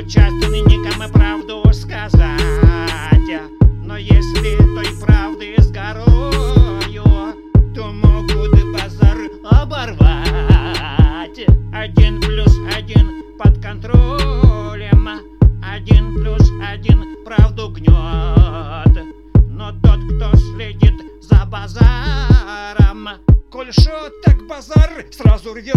участникам правду сказать. Но если той правды с горою, то могут базар оборвать. 1+1 под контролем, 1+1 правду гнет. Но тот, кто следит за базаром, коль шо, так базар сразу рвет.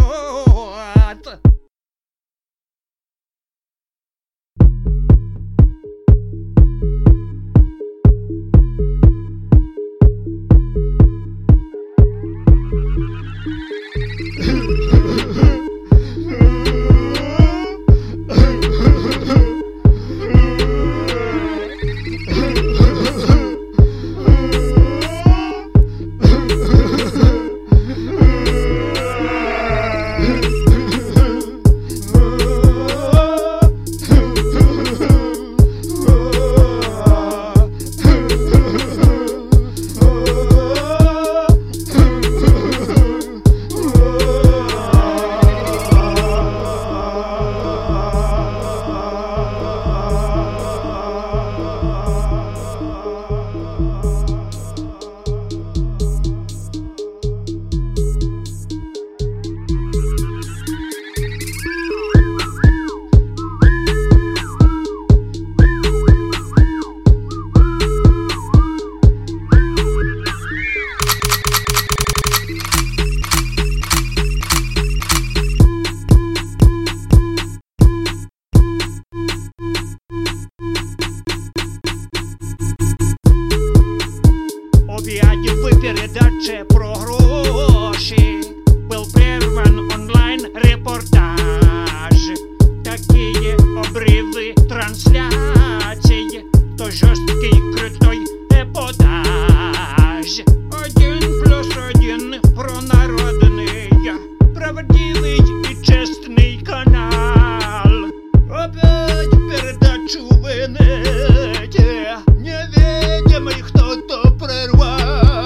В передаче про гроші был прерван онлайн-репортаж. Такие обривы трансляций, то жорсткий крутой эпатаж. 1+1 пронародный, правдивый и честный канал. Опять передачу в инете невидимый кто-то прервал.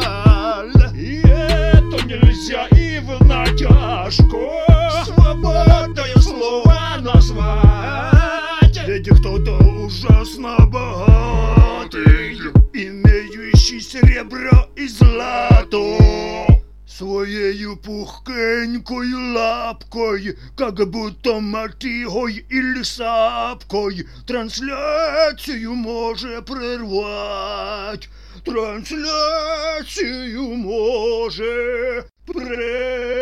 Свободою слова назвать. Ведь кто-то ужасно богатый, имеющий серебро и злато, своею пухкенькою лапкой, как будто мотыгой или сапкой, трансляцию може прервать. Трансляцию може прервать.